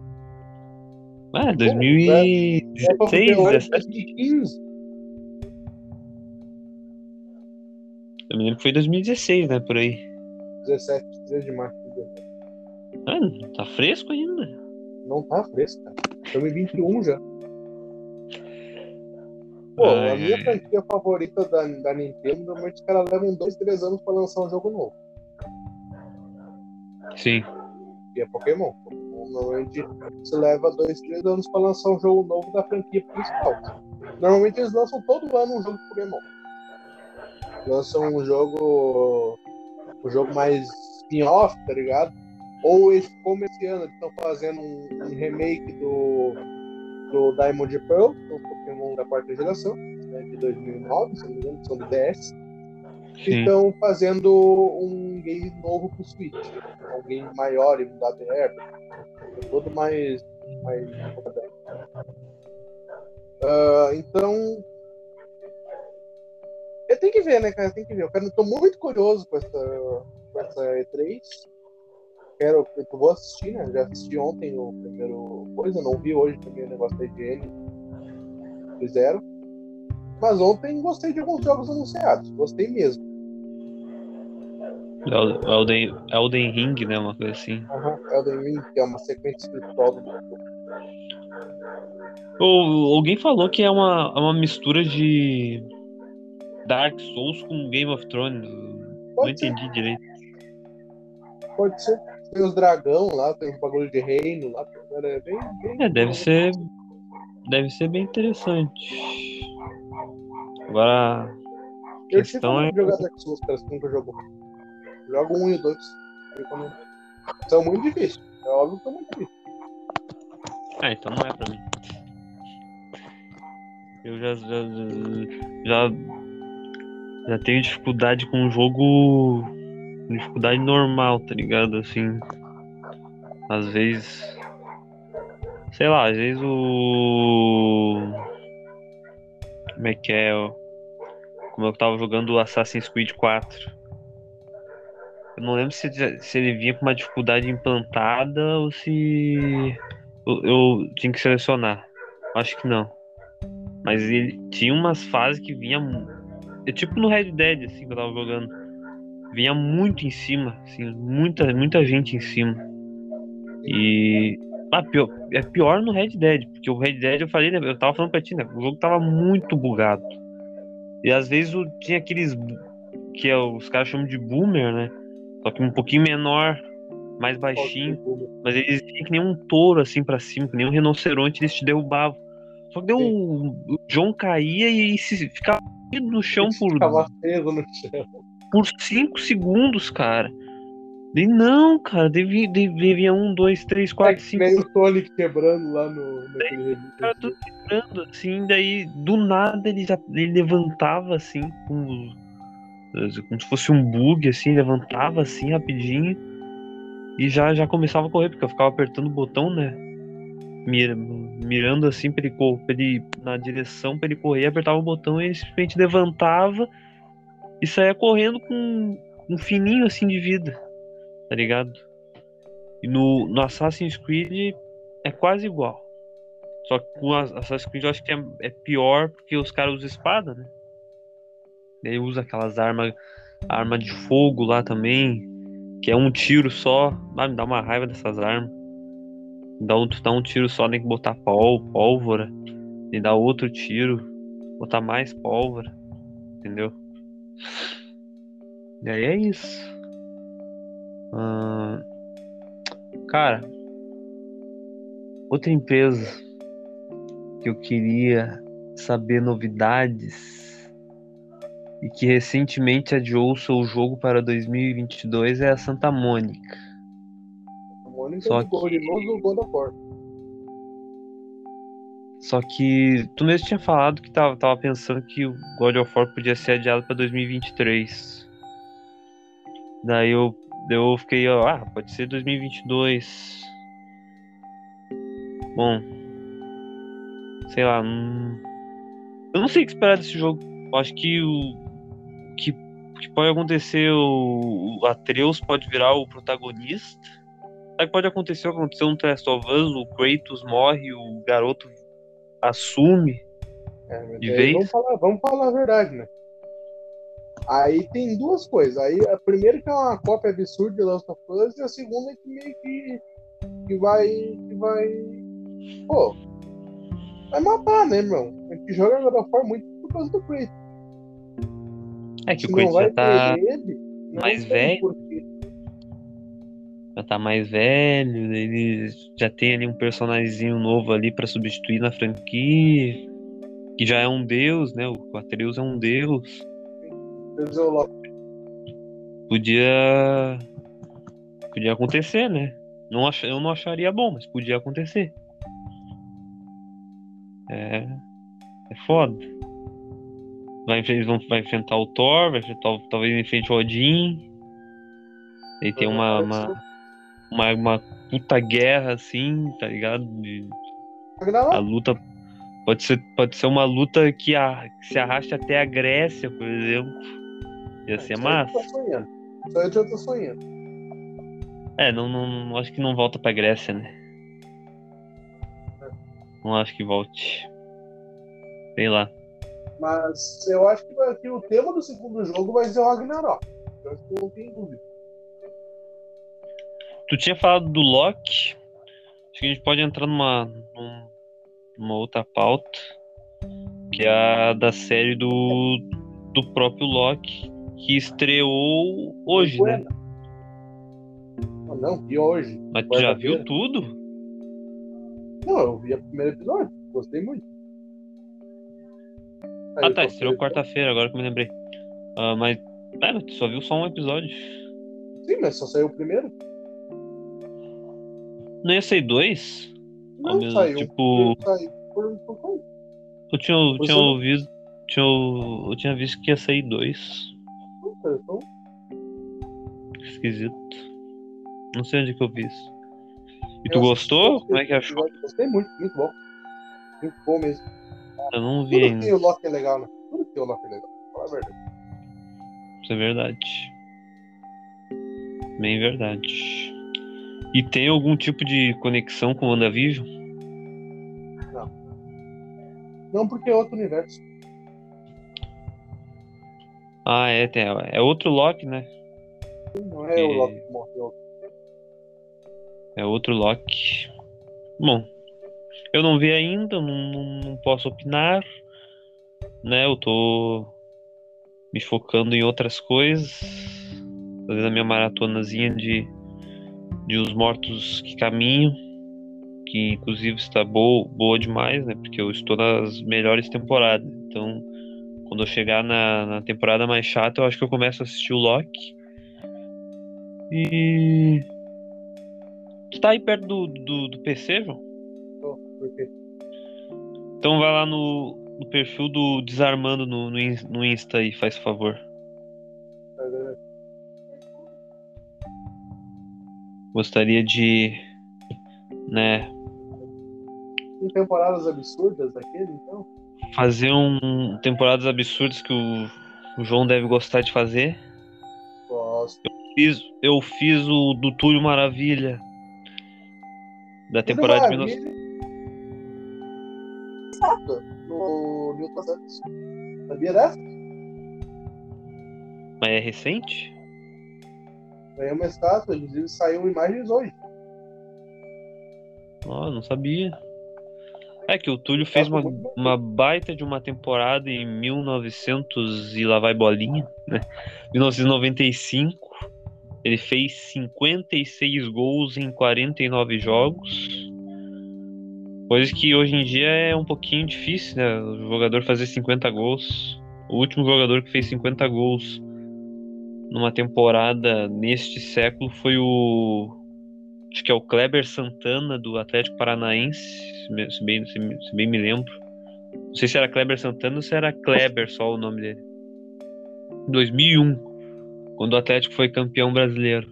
Pô, é pra 2016, ver lá em 17. 2015. Eu me lembro que foi 2016, né? Por aí. 17, 13 de março. Tá fresco ainda. Não tá fresco, cara. Estamos em 21 já. Pô, a Ai, minha ai. franquia favorita da Nintendo, normalmente os caras levam 2, 3 anos pra lançar um jogo novo. Sim. E é Pokémon. Pokémon normalmente se leva 2, 3 anos pra lançar um jogo novo da franquia principal. Normalmente eles lançam todo ano um jogo de Pokémon. Lançam um jogo mais spin-off, tá ligado? Ou como esse ano, eles estão fazendo um remake do Diamond Pearl, do Pokémon da quarta geração, né, de 2009, se não me engano, são do DS. Sim. Estão fazendo um game novo pro Switch. Um game maior e mundo aberto. Todo mais então, eu tenho que ver, né, cara? Tem que ver. Eu tô muito curioso com essa E3. Eu vou assistir, né? Já assisti ontem o primeiro coisa, não vi hoje também o negócio da IGN. Fizeram. Mas ontem gostei de alguns jogos anunciados. Gostei mesmo. Elden Ring, né? Uma coisa assim. Elden Ring, que é uma sequência espiritual do jogo. Alguém falou que é uma mistura de Dark Souls com Game of Thrones. Não Pode ser, entendi direito. pode ser. Tem os dragão lá, tem os bagulho de reino lá. É bem. Deve ser bem interessante. Agora, a Eu tive questão é. vontade de jogar Dark Souls, cara, se nunca jogou. Jogo 1 e 2. São muito difíceis. É óbvio que são muito difíceis. Então não é pra mim. Eu já tenho dificuldade com um jogo dificuldade normal, tá ligado? Assim, às vezes, sei lá, às vezes como é que é? Como eu tava jogando o Assassin's Creed 4. Eu não lembro se ele vinha com uma dificuldade implantada ou se eu tinha que selecionar. Acho que não. Mas ele tinha umas fases que vinha. É tipo no Red Dead, assim, que eu tava jogando. Vinha muito em cima, assim, muita gente em cima. E. É pior no Red Dead, porque o Red Dead eu falei, né? Eu tava falando pra ti, né? O jogo tava muito bugado. E às vezes tinha aqueles que os caras chamam de boomer, né? Só que um pouquinho menor, mais baixinho. Mas eles vinham que nem um touro assim pra cima, que nem um rinoceronte, eles te derrubavam. Só que daí o John caía e se ficava no chão Ficava preso no chão. por 5 segundos, cara. Daí não, cara, devia 1, 2, 3, 4, 5. Nem o Sonic quebrando lá naquele O revista. cara tudo quebrando, assim, daí do nada ele levantava assim, como se fosse um bug, assim, levantava assim rapidinho e já começava a correr, porque eu ficava apertando o botão, né? Mirando assim pra ele na direção pra ele correr, apertava o botão e ele simplesmente levantava e saía correndo com um fininho assim de vida, tá ligado? E no Assassin's Creed é quase igual. Só que com Assassin's Creed eu acho que é pior porque os caras usam espada, né? Ele usa aquelas arma de fogo lá também, que é um tiro só. Ah, me dá uma raiva dessas armas. Dá um tiro só, tem que botar pólvora. E dá outro tiro, botar mais pólvora, entendeu? E aí é isso. Ah, cara, outra empresa que eu queria saber novidades e que recentemente adiou seu jogo para 2022 é a Santa Mônica. A Mônica Só jogou de novo o God of War. Só que tu mesmo tinha falado que tava pensando que o God of War podia ser adiado pra 2023. Daí eu fiquei, ó, pode ser 2022. Bom, sei lá, eu não sei o que esperar desse jogo. Eu acho que que pode acontecer, o Atreus pode virar o protagonista. Sabe que pode acontecer o que aconteceu no The Last of Us, o Kratos morre, o garoto assume de Aí vez. vamos falar a verdade, né? Aí tem duas coisas. Aí a primeira que é uma cópia absurda de Last of Us e a segunda é que meio que vai. Pô, vai matar, né, meu? A gente joga God of War muito por causa do Kratos. É que Se o não Kratos vai já tá ter ele, não mais tem velho. porquê. Já tá mais velho, ele já tem ali um personagemzinho novo ali pra substituir na franquia, que já é um deus, né? O Atreus é um deus. Podia acontecer, né? Eu não acharia bom, mas podia acontecer. É foda. Vai enfrentar o Thor, talvez enfrente o Odin. Aí tem uma puta guerra assim, tá ligado? A luta pode ser uma luta que se arraste até a Grécia, por exemplo. Ia ser massa. Só eu já tô sonhando. Não acho que não volta pra Grécia, né? Não acho que volte. Sei lá. Mas eu acho que o tema do segundo jogo vai ser o Ragnarok. Eu acho que não tem dúvida. Tu tinha falado do Loki. Acho que a gente pode entrar numa outra pauta, que é a da série do próprio Loki, que estreou hoje, né? Não, vi hoje. Mas tu já viu tudo? Não, eu vi o primeiro episódio. Gostei muito. Aí, tá, estreou quarta-feira, agora que eu me lembrei. Mas tu só viu só um episódio. Sim, mas só saiu o primeiro. Não ia sair 2? Não, mesmo, saiu. Tipo, Saiu eu tinha ouvido. Eu tinha visto que ia sair 2. Então, esquisito. Não sei onde que eu vi isso. E tu Eu gostou? assisti Como é que achou? Gostei muito, muito bom. Muito bom mesmo. Eu não vi Tudo ainda. que o Loki é legal, né? Tudo que o Loki é legal. Fala a verdade. Isso é verdade. Bem verdade. E tem algum tipo de conexão com o WandaVision? Não porque é outro universo. Ah, é outro Loki, né? Não é o Loki que morreu. É outro Loki. Bom, eu não vi ainda, não posso opinar, né? Eu tô me focando em outras coisas, fazendo a minha maratonazinha de Os Mortos que Caminham, que inclusive está boa demais, né? Porque eu estou nas melhores temporadas. Então, quando eu chegar na temporada mais chata, eu acho que eu começo a assistir o Loki. E tu tá aí perto do PC, João? Por quê? Então vai lá no perfil do Desarmando no Insta aí, faz favor. Gostaria de, né, Tem temporadas absurdas daquele, então? fazer temporadas absurdas que o João deve gostar de fazer. Gosto. Eu fiz o do Túlio Maravilha da Tudo temporada de maravilha. No Newton Santos. Sabia dessa? Mas é recente? Ganhou uma estátua, inclusive saiu imagens hoje. Ó, não sabia. É que o Túlio fez uma baita de uma temporada em 1900 e lá vai bolinha, né? 1995. Ele fez 56 gols em 49 jogos. Coisa que hoje em dia é um pouquinho difícil, né? O jogador fazer 50 gols. O último jogador que fez 50 gols numa temporada neste século foi acho que é o Kleber Santana do Atlético Paranaense, se bem me lembro. Não sei se era Kleber Santana ou se era Kleber só o nome dele. Em 2001, quando o Atlético foi campeão brasileiro.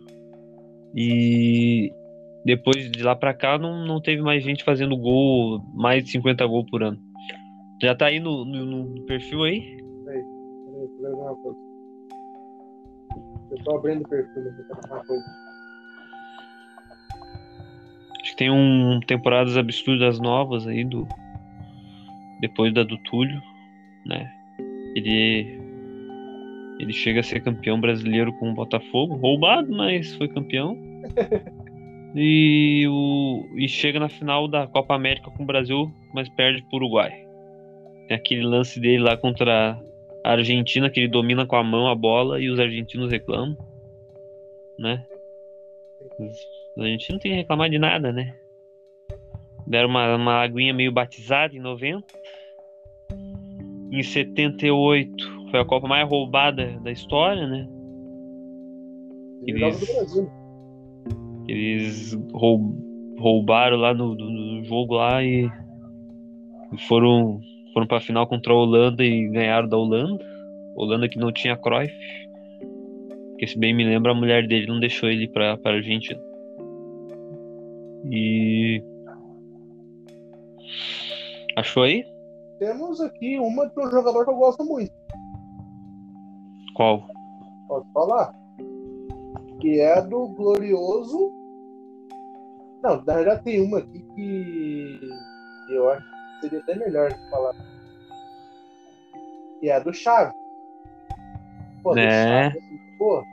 E depois de lá pra cá não teve mais gente fazendo gol, mais de 50 gols por ano. Já tá aí no perfil aí? Peraí, vou ver uma coisa. Eu tô abrindo o perfil, mas eu quero uma coisa. Acho que tem temporadas absurdas novas aí depois da do Túlio, né? Ele chega a ser campeão brasileiro com o Botafogo, roubado, mas foi campeão. E chega na final da Copa América com o Brasil, mas perde pro Uruguai. Tem aquele lance dele lá contra a Argentina, que ele domina com a mão a bola e os argentinos reclamam, né? Os argentinos não tem que reclamar de nada, né? Deram uma aguinha meio batizada em 90. Em 78 foi a Copa mais roubada da história, né? Ele joga do Brasil. Eles roubaram lá no jogo lá e foram pra final contra a Holanda e ganharam da Holanda. Holanda que não tinha Cruyff. Que se bem me lembro, a mulher dele não deixou ele ir pra Argentina. E achou aí? Temos aqui uma de um jogador que eu gosto muito. Qual? Posso falar? Que é do glorioso. Não, na verdade tem uma aqui que eu acho que seria até melhor de falar. Que é a do Chaves. Pô, do Chaves. Pô.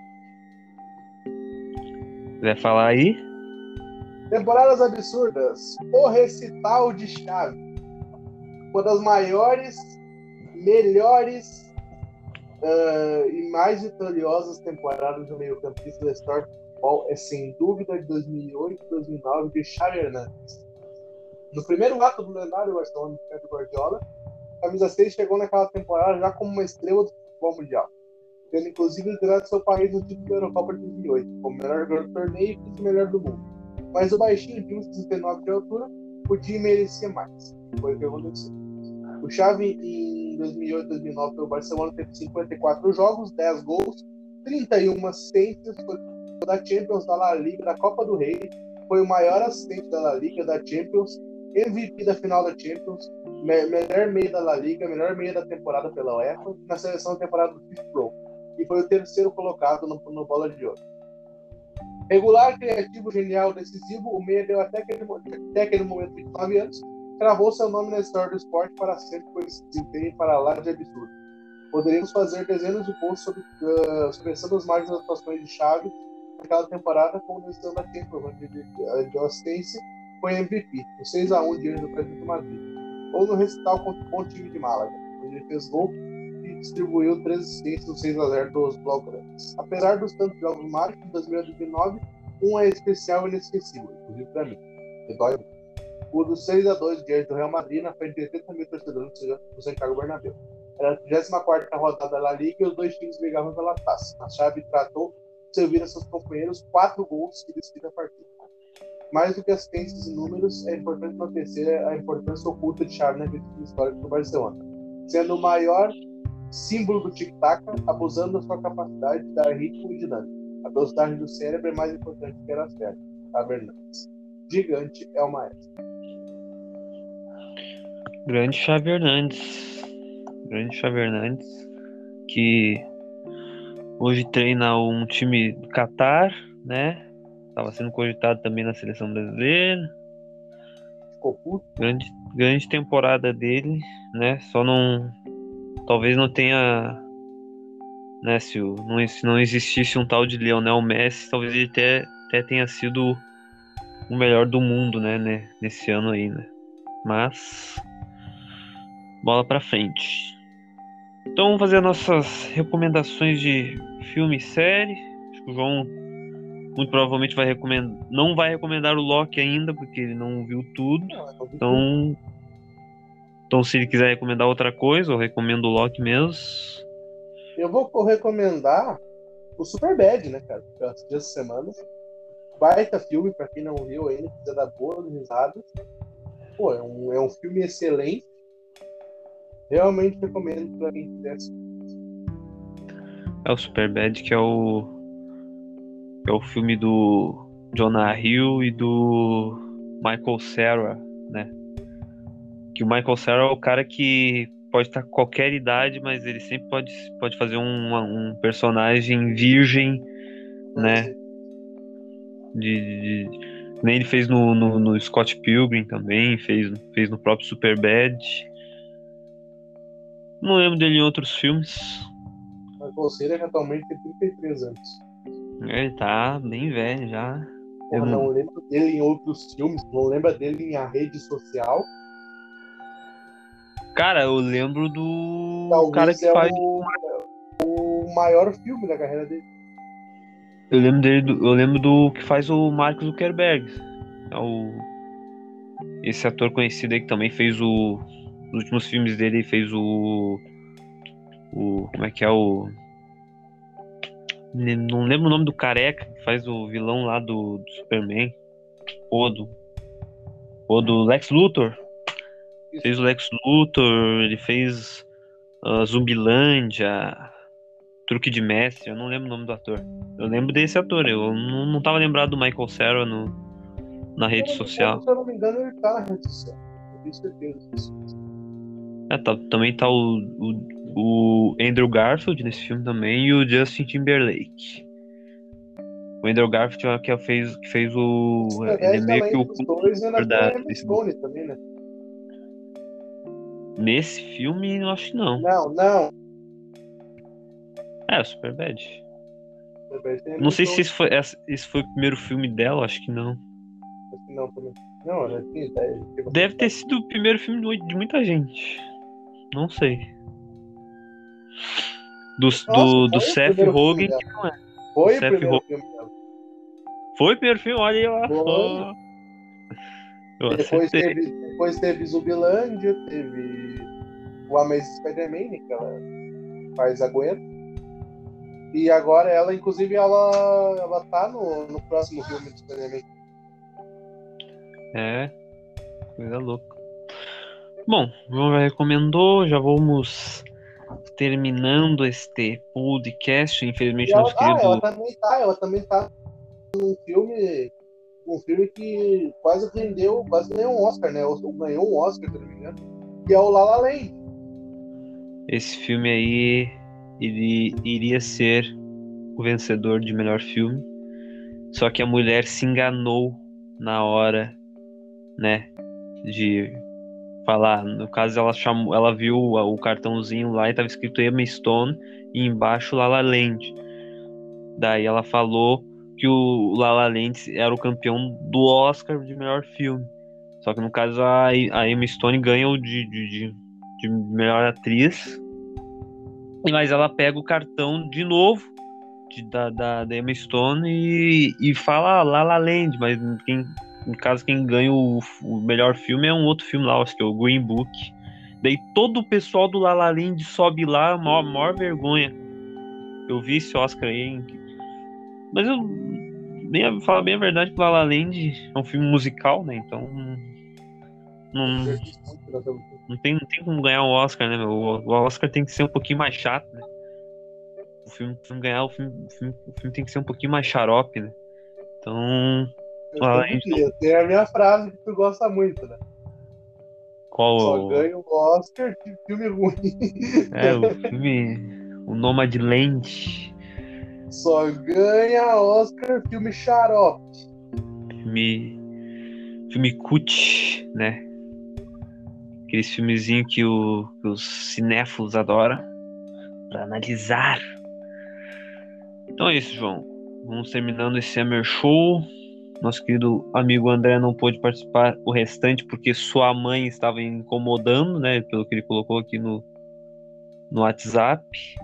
Quiser falar aí? Temporadas absurdas. O recital de Chaves. Uma das maiores, melhores e mais vitoriosas temporadas do meio-campista da história do futebol é sem dúvida de 2008 e 2009 de Xavi Hernandes. No primeiro ato do lendário Barcelona de Pep Guardiola, a camisa 6 chegou naquela temporada já como uma estrela do futebol mundial, tendo inclusive liderado seu país no título da Eurocopa de 2008, como melhor jogador do torneio e vice-melhor do mundo. Mas o baixinho de 1,69 de altura podia merecer mais. Foi o que aconteceu. O Xavi, em 2008 e 2009, pelo Barcelona, teve 54 jogos, 10 gols, 31 assistências, foi da Champions, da La Liga, da Copa do Rei, foi o maior assistente da La Liga, da Champions, MVP da final da Champions, melhor meia da La Liga, melhor meia da temporada pela UEFA, na seleção da temporada do FIFA Pro, e foi o terceiro colocado no Bola de Ouro. Regular, criativo, genial, decisivo, o meia deu até aquele momento de 29 anos, cravou seu nome na história do esporte para sempre com esse desempenho para lá de absurdo. Poderíamos fazer dezenas de posts sobre expressando as margens das atuações de chave naquela temporada, com decisão da Champions, de assistência, foi MVP, no 6-1 diante do Atlético de Madrid, ou no recital contra o bom time de Málaga, onde ele fez gol e distribuiu 3 assistências no 6-0 dos Blaugranas. Apesar dos tantos jogos mágicos de 2019, um é especial e inesquecível, inclusive para mim, que dói muito. O do 6-2 diante do Real Madrid, na frente de 80 mil torcedores do Santiago Bernabéu. Era a 34ª rodada da La Liga e os dois times brigavam pela taça. A chave tratou de servir a seus companheiros 4 gols que decidiram a partida. Mais do que assistências e números, é importante enaltecer a importância oculta de Xavi na vida histórica do Barcelona, sendo o maior símbolo do tic-tac, abusando da sua capacidade de dar ritmo e dinâmica. A velocidade do cérebro é mais importante que as pernas. A Bernardes. Gigante é o maestro. Grande Xavi Hernandes, que hoje treina um time do Catar, né? Estava sendo cogitado também na seleção brasileira. Ficou puto. Grande temporada dele, né? Só não, talvez não tenha, né? Se não existisse um tal de Lionel Messi, talvez ele até tenha sido o melhor do mundo, né? Nesse ano aí, né? Mas bola pra frente. Então vamos fazer nossas recomendações de filme e série. Acho que o João muito provavelmente não vai recomendar o Loki ainda, porque ele não viu tudo. Então se ele quiser recomendar outra coisa, eu recomendo o Loki mesmo. Eu vou recomendar o Superbad, né, cara? Porque eu assisti essa semana. Baita filme, pra quem não viu ainda, quiser dar boas risadas. Pô, é um filme excelente. Realmente recomendo pra quem quiser assistir. É o Superbad, que é o filme do Jonah Hill e do Michael Cera, né? Que o Michael Cera é o cara que pode estar com qualquer idade, mas ele sempre pode fazer um personagem virgem, né? Nem ele fez no Scott Pilgrim também, fez no próprio Superbad. Não lembro dele em outros filmes. Michael Cera atualmente tem 33 anos. Ele tá bem velho já. Eu não lembro dele em outros filmes, não lembro dele em A Rede Social. Cara, eu lembro do Talvez cara que faz o maior filme da carreira dele. Eu lembro do que faz o Mark Zuckerberg. Esse ator conhecido aí que também fez nos últimos filmes dele, fez como é que é não lembro o nome do careca que faz o vilão lá do Superman. Do Lex Luthor. Isso. Fez o Lex Luthor, ele fez Zumbilândia, Truque de Mestre, eu não lembro o nome do ator. Eu lembro desse ator, eu não tava lembrado do Michael Cera na rede social. Se eu não me engano, ele tá na rede social. Eu tenho certeza disso. Também tá o Andrew Garfield nesse filme também e o Justin Timberlake. O Andrew Garfield que fez o... Ele é meio que o... dois, Stone também, né? Nesse filme, eu acho que não. Não. É, o Superbad. Não sei se esse foi o primeiro filme dela, acho que não. Acho que não também. Não, deve ter sido o primeiro filme de muita gente. Não sei. Do Seth Rogen, que não é. Foi o primeiro filme dela. Foi o primeiro filme, olha aí lá. Depois teve Zumbilândia, teve o Amazing Spider-Man, que ela faz a Gwen. E agora ela, inclusive, ela tá no próximo filme do Spider-Man. É, coisa louca. Bom, o João já recomendou, já vamos terminando este podcast. Infelizmente, nosso querido... Ela também tá um filme que quase ganhou um Oscar, né? Ou ganhou um Oscar, se não me engano, que é o La La Land. Esse filme aí, ele iria ser o vencedor de melhor filme, só que a mulher se enganou na hora, né, de falar. No caso, ela viu o cartãozinho lá e tava escrito Emma Stone e embaixo La La Land. Daí ela falou que o La La Land era o campeão do Oscar de melhor filme. Só que no caso a Emma Stone ganha o de melhor atriz. Mas ela pega o cartão de novo da Emma Stone e fala La La Land, mas no caso quem ganha o melhor filme é um outro filme lá, acho que é o Green Book. Daí todo o pessoal do La La Land sobe lá, maior vergonha. Eu vi esse Oscar aí, hein? Mas falar bem a verdade que La La Land é um filme musical, né? Então não, não tem como ganhar um Oscar, né? O Oscar tem que ser um pouquinho mais chato, né? O filme ganhar, o filme tem que ser um pouquinho mais xarope, né? Então. Eu tenho a minha frase que tu gosta muito, né? Qual? Só ganha o Oscar de filme ruim. É, o filme. O Nomadland. Só ganha Oscar filme xarope. Filme cut, né? Aqueles filmezinhos que os cinéfilos adoram pra analisar. Então é isso, João. Vamos terminando esse Summer Show. Nosso querido amigo André não pôde participar o restante porque sua mãe estava incomodando, né? Pelo que ele colocou aqui no WhatsApp.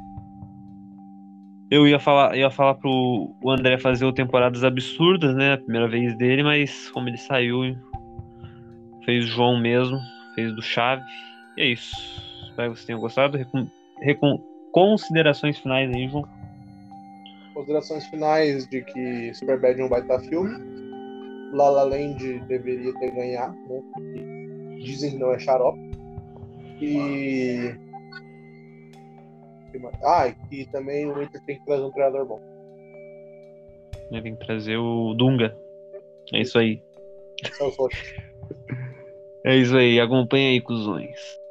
Eu ia falar pro o André fazer o Temporadas Absurdas, né? A primeira vez dele, mas como ele saiu, fez o João mesmo, fez do Chave. E é isso. Espero que vocês tenham gostado. Considerações finais aí, João. Considerações finais de que Superbad é um baita filme. La La Land deveria ter ganhado, né? Dizem que não é xarope. E também o Inter tem que trazer um treinador bom. Tem que trazer o Dunga. É isso aí. São os roxos. É isso aí. Acompanha aí, cuzões.